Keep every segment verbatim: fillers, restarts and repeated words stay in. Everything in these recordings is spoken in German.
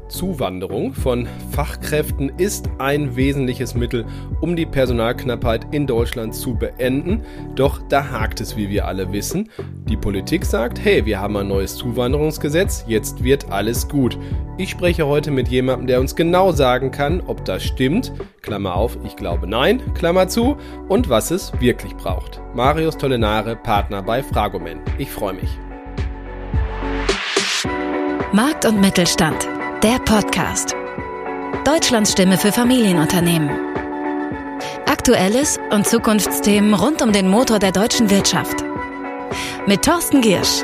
Zuwanderung von Fachkräften ist ein wesentliches Mittel, um die Personalknappheit in Deutschland zu beenden. Doch da hakt es, wie wir alle wissen. Die Politik sagt, hey, wir haben ein neues Zuwanderungsgesetz, jetzt wird alles gut. Ich spreche heute mit jemandem, der uns genau sagen kann, ob das stimmt, Klammer auf, ich glaube nein, Klammer zu, und was es wirklich braucht. Marius Tollenare, Partner bei Fragomen. Ich freue mich. Markt und Mittelstand. Der Podcast. Deutschlands Stimme für Familienunternehmen. Aktuelles und Zukunftsthemen rund um den Motor der deutschen Wirtschaft. Mit Thorsten Giersch.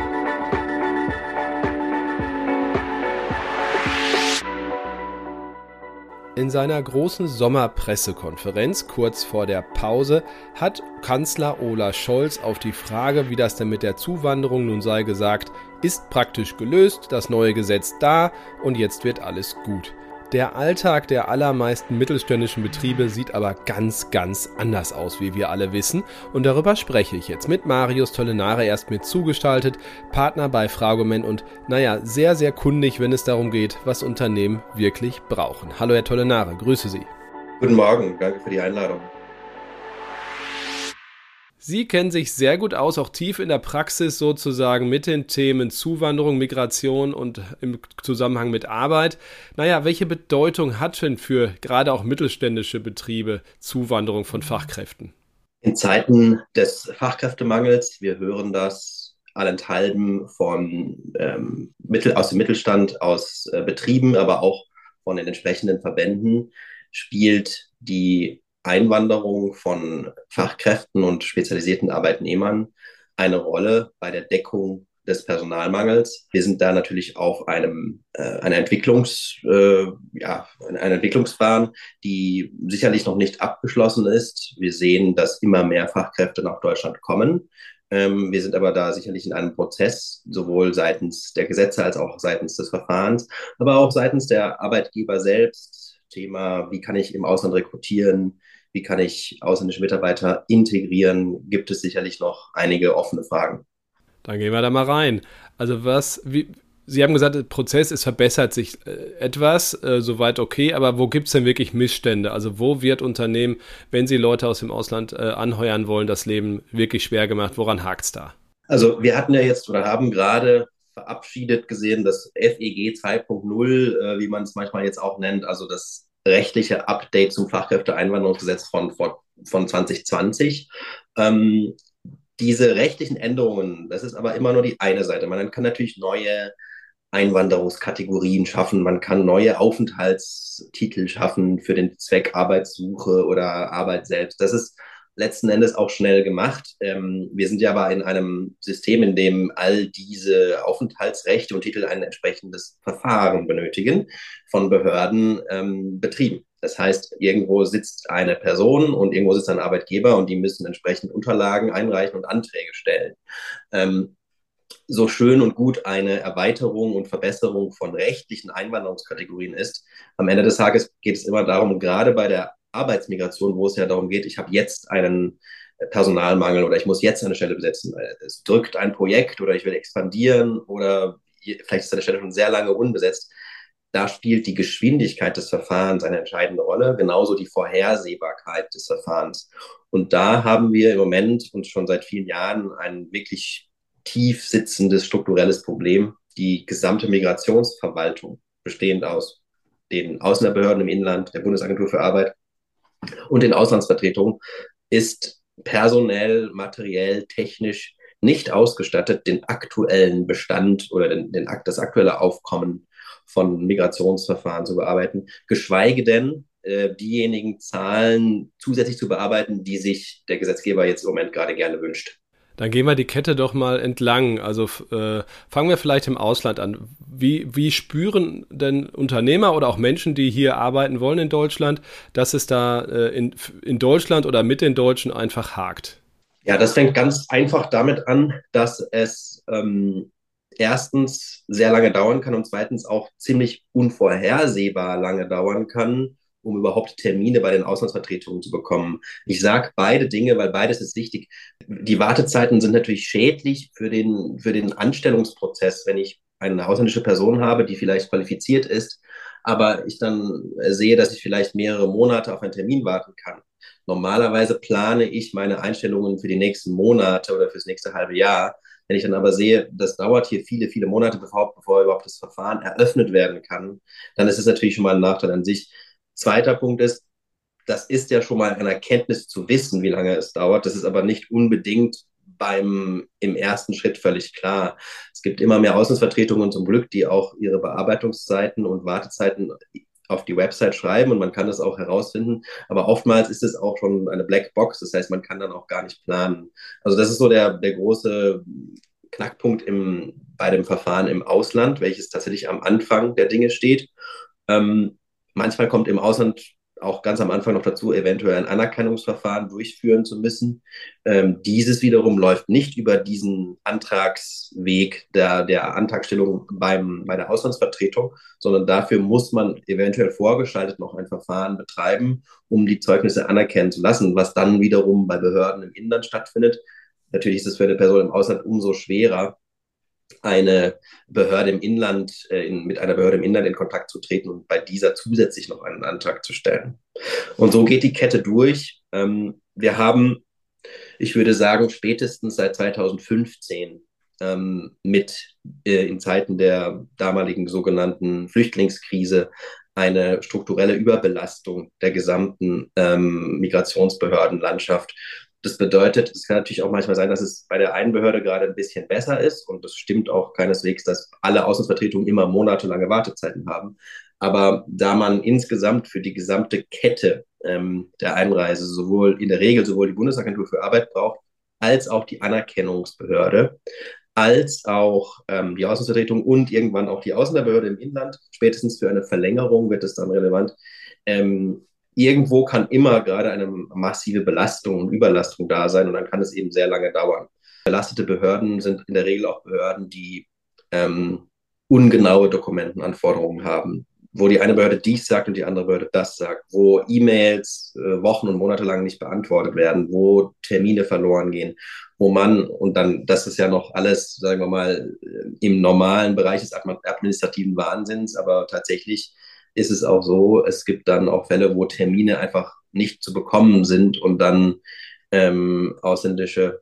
In seiner großen Sommerpressekonferenz kurz vor der Pause hat Kanzler Olaf Scholz auf die Frage, wie das denn mit der Zuwanderung nun sei, gesagt, ist praktisch gelöst, das neue Gesetz da und jetzt wird alles gut. Der Alltag der allermeisten mittelständischen Betriebe sieht aber ganz, ganz anders aus, wie wir alle wissen. Und darüber spreche ich jetzt mit Marius Tollenare, erst mit zugestaltet, Partner bei Fragomen und, naja, sehr, sehr kundig, wenn es darum geht, was Unternehmen wirklich brauchen. Hallo Herr Tollenare, grüße Sie. Guten Morgen, danke für die Einladung. Sie kennen sich sehr gut aus, auch tief in der Praxis sozusagen mit den Themen Zuwanderung, Migration und im Zusammenhang mit Arbeit. Naja, welche Bedeutung hat denn für gerade auch mittelständische Betriebe Zuwanderung von Fachkräften? In Zeiten des Fachkräftemangels, wir hören das allenthalben von ähm, Mittel, aus dem Mittelstand, aus äh, Betrieben, aber auch von den entsprechenden Verbänden, spielt die Einwanderung von Fachkräften und spezialisierten Arbeitnehmern eine Rolle bei der Deckung des Personalmangels. Wir sind da natürlich auf einem äh, einer Entwicklungs äh, ja einer Entwicklungsbahn, die sicherlich noch nicht abgeschlossen ist. Wir sehen, dass immer mehr Fachkräfte nach Deutschland kommen. Ähm, wir sind aber da sicherlich in einem Prozess, sowohl seitens der Gesetze als auch seitens des Verfahrens, aber auch seitens der Arbeitgeber selbst. Thema, wie kann ich im Ausland rekrutieren? Wie kann ich ausländische Mitarbeiter integrieren? Gibt es sicherlich noch einige offene Fragen. Dann gehen wir da mal rein. Also was, wie, Sie haben gesagt, der Prozess, es verbessert sich äh, etwas, äh, soweit okay, aber wo gibt es denn wirklich Missstände? Also wo wird Unternehmen, wenn sie Leute aus dem Ausland äh, anheuern wollen, das Leben wirklich schwer gemacht? Woran hakt es da? Also wir hatten ja jetzt oder haben gerade verabschiedet gesehen, das F E G zwei Punkt null, äh, wie man es manchmal jetzt auch nennt, also das rechtliche Update zum Fachkräfteeinwanderungsgesetz von, von zwanzig zwanzig. Ähm, diese rechtlichen Änderungen, das ist aber immer nur die eine Seite. Man kann natürlich neue Einwanderungskategorien schaffen, man kann neue Aufenthaltstitel schaffen für den Zweck Arbeitssuche oder Arbeit selbst. Das ist letzten Endes auch schnell gemacht. Ähm, wir sind ja aber in einem System, in dem all diese Aufenthaltsrechte und Titel ein entsprechendes Verfahren benötigen von Behörden ähm, betrieben. Das heißt, irgendwo sitzt eine Person und irgendwo sitzt ein Arbeitgeber und die müssen entsprechend Unterlagen einreichen und Anträge stellen. Ähm, so schön und gut eine Erweiterung und Verbesserung von rechtlichen Einwanderungskategorien ist, am Ende des Tages geht es immer darum, und gerade bei der Arbeitsmigration, wo es ja darum geht, ich habe jetzt einen Personalmangel oder ich muss jetzt eine Stelle besetzen. Es drückt ein Projekt oder ich will expandieren oder vielleicht ist eine Stelle schon sehr lange unbesetzt. Da spielt die Geschwindigkeit des Verfahrens eine entscheidende Rolle, genauso die Vorhersehbarkeit des Verfahrens. Und da haben wir im Moment und schon seit vielen Jahren ein wirklich tief sitzendes strukturelles Problem. Die gesamte Migrationsverwaltung, bestehend aus den Ausländerbehörden im Inland, der Bundesagentur für Arbeit und den Auslandsvertretungen, ist personell, materiell, technisch nicht ausgestattet, den aktuellen Bestand oder den, den, das aktuelle Aufkommen von Migrationsverfahren zu bearbeiten, geschweige denn äh, diejenigen Zahlen zusätzlich zu bearbeiten, die sich der Gesetzgeber jetzt im Moment gerade gerne wünscht. Dann gehen wir die Kette doch mal entlang. Also äh, fangen wir vielleicht im Ausland an. Wie, wie spüren denn Unternehmer oder auch Menschen, die hier arbeiten wollen in Deutschland, dass es da äh, in, in Deutschland oder mit den Deutschen einfach hakt? Ja, das fängt ganz einfach damit an, dass es ähm, erstens sehr lange dauern kann und zweitens auch ziemlich unvorhersehbar lange dauern kann, um überhaupt Termine bei den Auslandsvertretungen zu bekommen. Ich sage beide Dinge, weil beides ist wichtig. Die Wartezeiten sind natürlich schädlich für den, für den Anstellungsprozess, wenn ich eine ausländische Person habe, die vielleicht qualifiziert ist, aber ich dann sehe, dass ich vielleicht mehrere Monate auf einen Termin warten kann. Normalerweise plane ich meine Einstellungen für die nächsten Monate oder fürs nächste halbe Jahr. Wenn ich dann aber sehe, das dauert hier viele, viele Monate, bevor, bevor überhaupt das Verfahren eröffnet werden kann, dann ist es natürlich schon mal ein Nachteil an sich. Zweiter Punkt ist, das ist ja schon mal eine Erkenntnis zu wissen, wie lange es dauert. Das ist aber nicht unbedingt beim, im ersten Schritt völlig klar. Es gibt immer mehr Auslandsvertretungen zum Glück, die auch ihre Bearbeitungszeiten und Wartezeiten auf die Website schreiben und man kann das auch herausfinden. Aber oftmals ist es auch schon eine Blackbox. Das heißt, man kann dann auch gar nicht planen. Also das ist so der, der große Knackpunkt im, bei dem Verfahren im Ausland, welches tatsächlich am Anfang der Dinge steht. Ähm, manchmal kommt im Ausland auch ganz am Anfang noch dazu, eventuell ein Anerkennungsverfahren durchführen zu müssen. Ähm, dieses wiederum läuft nicht über diesen Antragsweg der, der Antragstellung beim, bei der Auslandsvertretung, sondern dafür muss man eventuell vorgeschaltet noch ein Verfahren betreiben, um die Zeugnisse anerkennen zu lassen, was dann wiederum bei Behörden im Inland stattfindet. Natürlich ist es für eine Person im Ausland umso schwerer, eine Behörde im Inland, äh, in, mit einer Behörde im Inland in Kontakt zu treten und bei dieser zusätzlich noch einen Antrag zu stellen. Und so geht die Kette durch. Ähm, wir haben, ich würde sagen, spätestens seit zweitausendfünfzehn ähm, mit äh, in Zeiten der damaligen sogenannten Flüchtlingskrise eine strukturelle Überbelastung der gesamten ähm, Migrationsbehördenlandschaft. Das bedeutet, es kann natürlich auch manchmal sein, dass es bei der einen Behörde gerade ein bisschen besser ist und das stimmt auch keineswegs, dass alle Auslandsvertretungen immer monatelange Wartezeiten haben. Aber da man insgesamt für die gesamte Kette ähm, der Einreise sowohl in der Regel sowohl die Bundesagentur für Arbeit braucht, als auch die Anerkennungsbehörde, als auch ähm, die Auslandsvertretung und irgendwann auch die Ausländerbehörde im Inland, spätestens für eine Verlängerung wird es dann relevant, ähm, irgendwo kann immer gerade eine massive Belastung und Überlastung da sein und dann kann es eben sehr lange dauern. Belastete Behörden sind in der Regel auch Behörden, die ähm, ungenaue Dokumentenanforderungen haben, wo die eine Behörde dies sagt und die andere Behörde das sagt, wo E-Mails äh, Wochen und Monate lang nicht beantwortet werden, wo Termine verloren gehen, wo man, und dann, das ist ja noch alles, sagen wir mal, im normalen Bereich des administrativen Wahnsinns, aber tatsächlich ist es auch so, es gibt dann auch Fälle, wo Termine einfach nicht zu bekommen sind und dann ähm, ausländische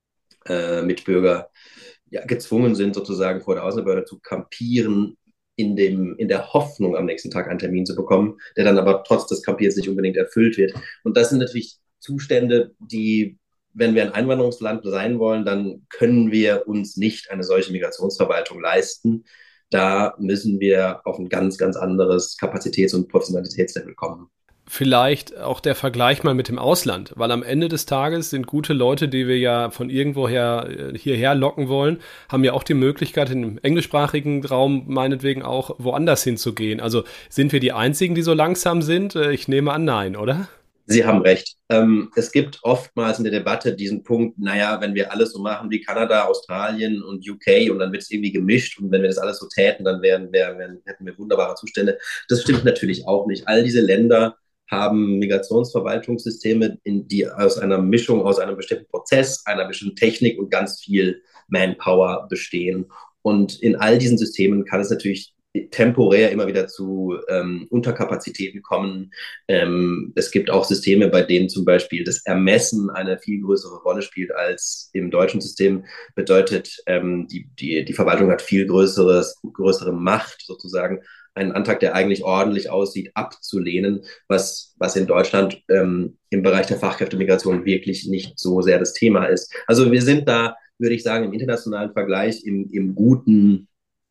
äh, Mitbürger ja, gezwungen sind, sozusagen vor der Ausländerbehörde zu kampieren, in, dem, in der Hoffnung, am nächsten Tag einen Termin zu bekommen, der dann aber trotz des Kampierens nicht unbedingt erfüllt wird. Und das sind natürlich Zustände, die, wenn wir ein Einwanderungsland sein wollen, dann können wir uns nicht eine solche Migrationsverwaltung leisten. Da müssen wir auf ein ganz, ganz anderes Kapazitäts- und Professionalitätslevel kommen. Vielleicht auch der Vergleich mal mit dem Ausland, weil am Ende des Tages sind gute Leute, die wir ja von irgendwoher hierher locken wollen, haben ja auch die Möglichkeit, im englischsprachigen Raum meinetwegen auch woanders hinzugehen. Also sind wir die Einzigen, die so langsam sind? Ich nehme an, nein, oder? Sie haben recht. Ähm, es gibt oftmals in der Debatte diesen Punkt, naja, wenn wir alles so machen wie Kanada, Australien und U K und dann wird es irgendwie gemischt und wenn wir das alles so täten, dann wären, wären, hätten wir wunderbare Zustände. Das stimmt natürlich auch nicht. All diese Länder haben Migrationsverwaltungssysteme, in die aus einer Mischung aus einem bestimmten Prozess, einer bestimmten Technik und ganz viel Manpower bestehen. Und in all diesen Systemen kann es natürlich temporär immer wieder zu ähm, Unterkapazitäten kommen. Ähm, es gibt auch Systeme, bei denen zum Beispiel das Ermessen eine viel größere Rolle spielt als im deutschen System. Bedeutet, ähm, die, die, die Verwaltung hat viel größeres, größere Macht sozusagen, einen Antrag, der eigentlich ordentlich aussieht, abzulehnen, was, was in Deutschland ähm, im Bereich der Fachkräftemigration wirklich nicht so sehr das Thema ist. Also wir sind da, würde ich sagen, im internationalen Vergleich im, im guten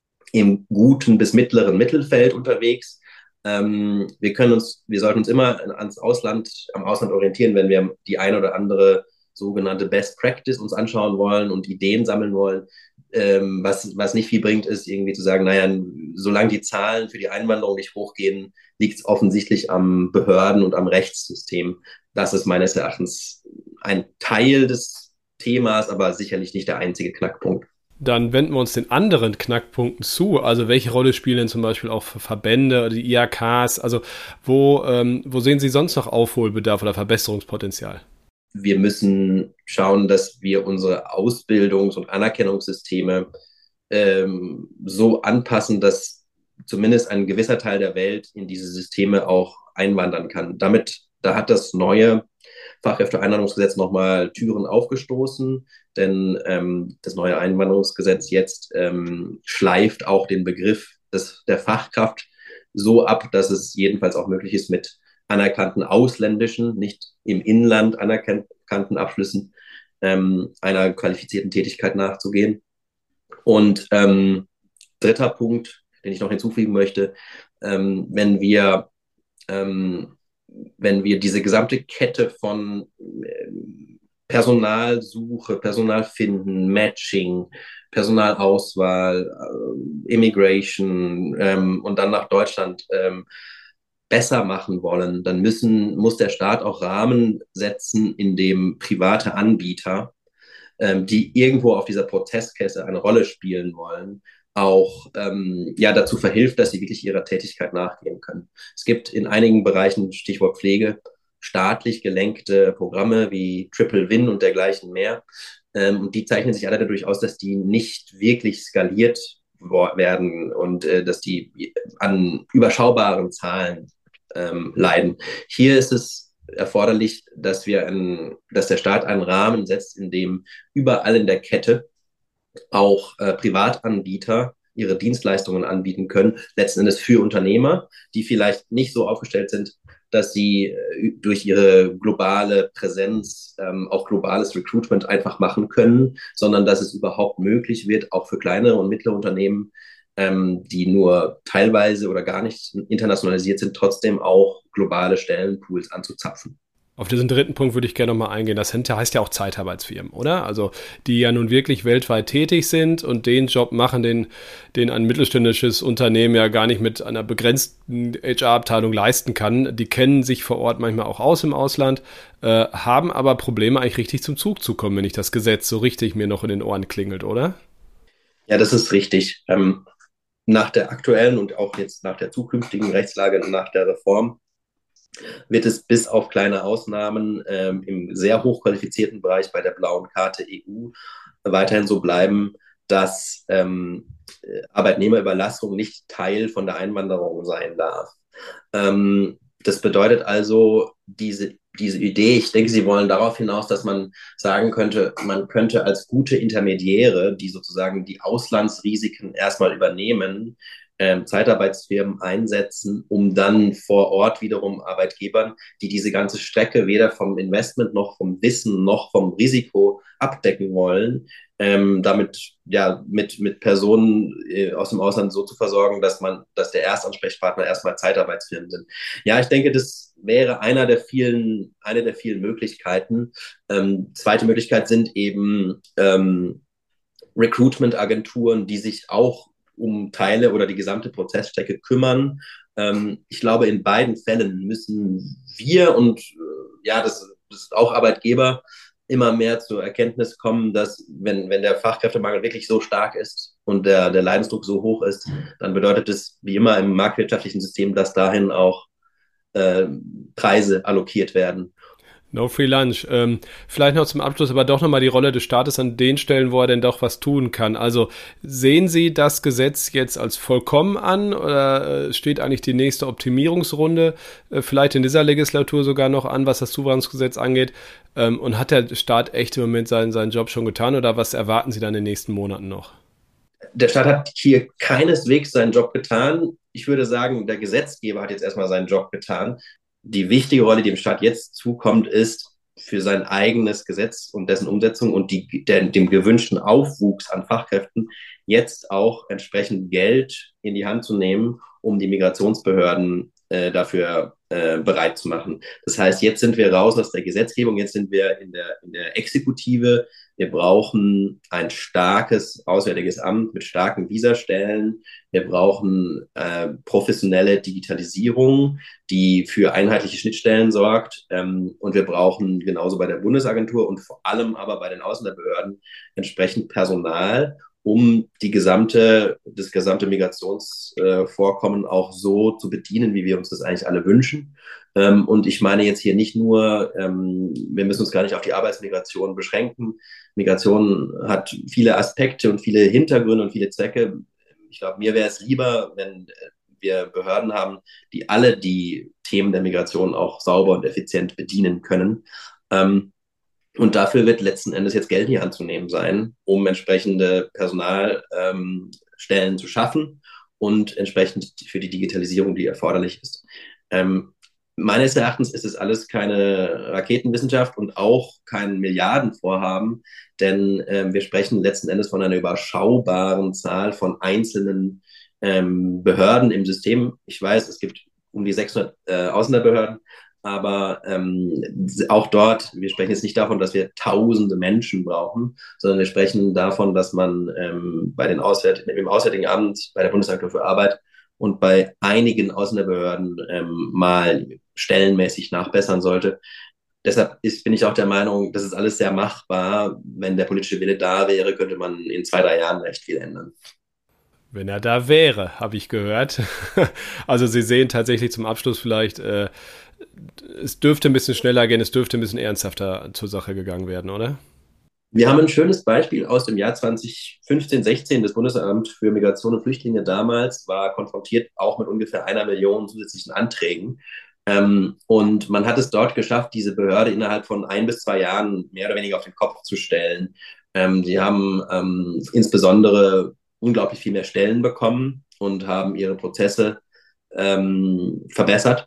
im guten bis mittleren Mittelfeld unterwegs. Ähm, wir können uns, wir sollten uns immer ans Ausland, am Ausland orientieren, wenn wir die eine oder andere sogenannte Best Practice uns anschauen wollen und Ideen sammeln wollen. Ähm, was, was nicht viel bringt, ist irgendwie zu sagen, naja, solange die Zahlen für die Einwanderung nicht hochgehen, liegt es offensichtlich am Behörden- und am Rechtssystem. Das ist meines Erachtens ein Teil des Themas, aber sicherlich nicht der einzige Knackpunkt. Dann wenden wir uns den anderen Knackpunkten zu. Also welche Rolle spielen denn zum Beispiel auch Verbände oder die I H Ks? Also wo, ähm, wo sehen Sie sonst noch Aufholbedarf oder Verbesserungspotenzial? Wir müssen schauen, dass wir unsere Ausbildungs- und Anerkennungssysteme ähm, so anpassen, dass zumindest ein gewisser Teil der Welt in diese Systeme auch einwandern kann. Damit, da hat das neue Fachkräfteeinwanderungsgesetz nochmal Türen aufgestoßen, denn ähm, das neue Einwanderungsgesetz jetzt ähm, schleift auch den Begriff des, der Fachkraft so ab, dass es jedenfalls auch möglich ist, mit anerkannten ausländischen, nicht im Inland anerkannten Abschlüssen ähm, einer qualifizierten Tätigkeit nachzugehen. Und ähm, dritter Punkt, den ich noch hinzufügen möchte, ähm, wenn wir ähm, wenn wir diese gesamte Kette von ähm, Personalsuche, Personalfinden, Matching, Personalauswahl, äh, Immigration ähm, und dann nach Deutschland ähm, besser machen wollen, dann müssen, muss der Staat auch Rahmen setzen, in dem private Anbieter, ähm, die irgendwo auf dieser Protestkette eine Rolle spielen wollen, auch ähm, ja, dazu verhilft, dass sie wirklich ihrer Tätigkeit nachgehen können. Es gibt in einigen Bereichen, Stichwort Pflege, staatlich gelenkte Programme wie Triple Win und dergleichen mehr. Ähm, und die zeichnen sich alle dadurch aus, dass die nicht wirklich skaliert werden und äh, dass die an überschaubaren Zahlen ähm, leiden. Hier ist es erforderlich, dass wir ein, dass der Staat einen Rahmen setzt, in dem überall in der Kette auch äh, Privatanbieter ihre Dienstleistungen anbieten können, letzten Endes für Unternehmer, die vielleicht nicht so aufgestellt sind, dass sie äh, durch ihre globale Präsenz ähm, auch globales Recruitment einfach machen können, sondern dass es überhaupt möglich wird, auch für kleinere und mittlere Unternehmen, ähm, die nur teilweise oder gar nicht internationalisiert sind, trotzdem auch globale Stellenpools anzuzapfen. Auf diesen dritten Punkt würde ich gerne nochmal eingehen. Das heißt ja auch Zeitarbeitsfirmen, oder? Also die ja nun wirklich weltweit tätig sind und den Job machen, den, den ein mittelständisches Unternehmen ja gar nicht mit einer begrenzten H R-Abteilung leisten kann. Die kennen sich vor Ort manchmal auch aus im Ausland, äh, haben aber Probleme, eigentlich richtig zum Zug zu kommen, wenn nicht das Gesetz so richtig mir noch in den Ohren klingelt, oder? Ja, das ist richtig. Ähm, nach der aktuellen und auch jetzt nach der zukünftigen Rechtslage, nach der Reform, wird es bis auf kleine Ausnahmen ähm, im sehr hochqualifizierten Bereich bei der blauen Karte E U weiterhin so bleiben, dass ähm, Arbeitnehmerüberlassung nicht Teil von der Einwanderung sein darf. Ähm, das bedeutet also, diese, diese Idee, ich denke, Sie wollen darauf hinaus, dass man sagen könnte, man könnte als gute Intermediäre, die sozusagen die Auslandsrisiken erstmal übernehmen, ähm, Zeitarbeitsfirmen einsetzen, um dann vor Ort wiederum Arbeitgebern, die diese ganze Strecke weder vom Investment noch vom Wissen noch vom Risiko abdecken wollen, ähm, damit ja mit, mit Personen äh, aus dem Ausland so zu versorgen, dass man, dass der Erstansprechpartner erstmal Zeitarbeitsfirmen sind. Ja, ich denke, das wäre einer der vielen, eine der vielen Möglichkeiten. Ähm, zweite Möglichkeit sind eben ähm, Recruitment-Agenturen, die sich auch um Teile oder die gesamte Prozessstrecke kümmern. Ähm, ich glaube, in beiden Fällen müssen wir und äh, ja, das, das ist auch Arbeitgeber immer mehr zur Erkenntnis kommen, dass wenn, wenn der Fachkräftemangel wirklich so stark ist und der, der Leidensdruck so hoch ist, dann bedeutet es wie immer im marktwirtschaftlichen System, dass dahin auch äh, Preise allokiert werden. No free lunch. Ähm, vielleicht noch zum Abschluss aber doch nochmal die Rolle des Staates an den Stellen, wo er denn doch was tun kann. Also sehen Sie das Gesetz jetzt als vollkommen an oder steht eigentlich die nächste Optimierungsrunde äh, vielleicht in dieser Legislatur sogar noch an, was das Zuwanderungsgesetz angeht? Ähm, und hat der Staat echt im Moment seinen, seinen Job schon getan oder was erwarten Sie dann in den nächsten Monaten noch? Der Staat hat hier keineswegs seinen Job getan. Ich würde sagen, der Gesetzgeber hat jetzt erstmal seinen Job getan. Die wichtige Rolle, die dem Staat jetzt zukommt, ist für sein eigenes Gesetz und dessen Umsetzung und die, der, dem gewünschten Aufwuchs an Fachkräften jetzt auch entsprechend Geld in die Hand zu nehmen, um die Migrationsbehörden äh, dafür äh, bereit zu machen. Das heißt, jetzt sind wir raus aus der Gesetzgebung, jetzt sind wir in der, in der Exekutive. Wir brauchen ein starkes Auswärtiges Amt mit starken Visastellen. Wir brauchen äh, professionelle Digitalisierung, die für einheitliche Schnittstellen sorgt. Ähm, und wir brauchen genauso bei der Bundesagentur und vor allem aber bei den Ausländerbehörden entsprechend Personal, um die gesamte, das gesamte Migrationsvorkommen auch so zu bedienen, wie wir uns das eigentlich alle wünschen. Ähm, und ich meine jetzt hier nicht nur, ähm, wir müssen uns gar nicht auf die Arbeitsmigration beschränken. Migration hat viele Aspekte und viele Hintergründe und viele Zwecke. Ich glaube, mir wäre es lieber, wenn wir Behörden haben, die alle die Themen der Migration auch sauber und effizient bedienen können. Ähm, Und dafür wird letzten Endes jetzt Geld in die Hand zu nehmen sein, um entsprechende Personalstellen ähm, zu schaffen und entsprechend für die Digitalisierung, die erforderlich ist. Ähm, meines Erachtens ist es alles keine Raketenwissenschaft und auch kein Milliardenvorhaben, denn ähm, wir sprechen letzten Endes von einer überschaubaren Zahl von einzelnen ähm, Behörden im System. Ich weiß, es gibt um die sechshundert äh, Ausländerbehörden, aber ähm, auch dort, wir sprechen jetzt nicht davon, dass wir tausende Menschen brauchen, sondern wir sprechen davon, dass man ähm, bei den Auswärt im Auswärtigen Amt, bei der Bundesagentur für Arbeit und bei einigen Ausländerbehörden ähm, mal stellenmäßig nachbessern sollte. Deshalb ist, bin ich auch der Meinung, das ist alles sehr machbar. Wenn der politische Wille da wäre, könnte man in zwei, drei Jahren recht viel ändern. Wenn er da wäre, habe ich gehört. Also Sie sehen tatsächlich zum Abschluss vielleicht, äh, es dürfte ein bisschen schneller gehen, es dürfte ein bisschen ernsthafter zur Sache gegangen werden, oder? Wir haben ein schönes Beispiel aus dem Jahr zwanzig fünfzehn, sechzehn. Das Bundesamt für Migration und Flüchtlinge damals war konfrontiert auch mit ungefähr einer Million zusätzlichen Anträgen. Ähm, und man hat es dort geschafft, diese Behörde innerhalb von ein bis zwei Jahren mehr oder weniger auf den Kopf zu stellen. Ähm, die haben ähm, insbesondere unglaublich viel mehr Stellen bekommen und haben ihre Prozesse ähm, verbessert.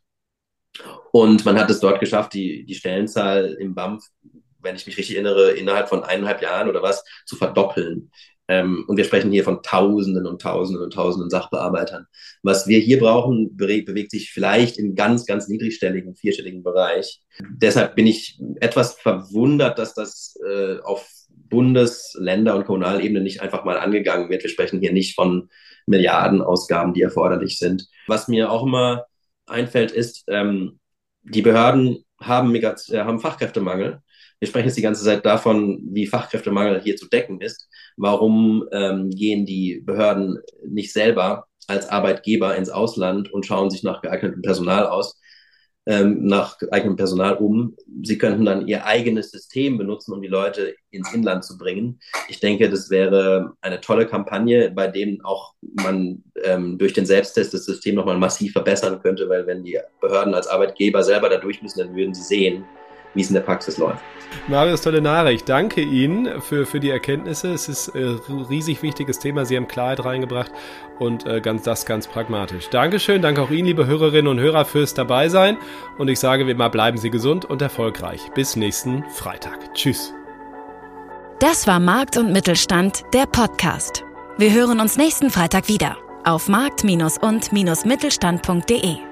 Und man hat es dort geschafft, die, die Stellenzahl im B A M F, wenn ich mich richtig erinnere, innerhalb von eineinhalb Jahren oder was, zu verdoppeln. Ähm, und wir sprechen hier von Tausenden und Tausenden und Tausenden Sachbearbeitern. Was wir hier brauchen, be- bewegt sich vielleicht im ganz, ganz niedrigstelligen, vierstelligen Bereich. Deshalb bin ich etwas verwundert, dass das äh, auf Bundes-, Länder- und Kommunalebene nicht einfach mal angegangen wird. Wir sprechen hier nicht von Milliardenausgaben, die erforderlich sind. Was mir auch immer einfällt, ist, ähm, die Behörden haben, Migration, äh, haben Fachkräftemangel. Wir sprechen jetzt die ganze Zeit davon, wie Fachkräftemangel hier zu decken ist. Warum ähm, gehen die Behörden nicht selber als Arbeitgeber ins Ausland und schauen sich nach geeignetem Personal aus, ähm, nach geeignetem Personal um? Sie könnten dann ihr eigenes System benutzen, um die Leute ins Inland zu bringen. Ich denke, das wäre eine tolle Kampagne, bei dem auch man ähm, durch den Selbsttest das System nochmal massiv verbessern könnte, weil wenn die Behörden als Arbeitgeber selber da durch müssen, dann würden sie sehen, wie es in der Praxis läuft. Marius Tollenare, ich danke Ihnen für, für die Erkenntnisse. Es ist ein äh, riesig wichtiges Thema. Sie haben Klarheit reingebracht und äh, ganz, das ganz pragmatisch. Dankeschön, danke auch Ihnen, liebe Hörerinnen und Hörer, fürs Dabeisein. Und ich sage wie immer, bleiben Sie gesund und erfolgreich. Bis nächsten Freitag. Tschüss. Das war Markt und Mittelstand, der Podcast. Wir hören uns nächsten Freitag wieder auf markt- und mittelstand punkt de.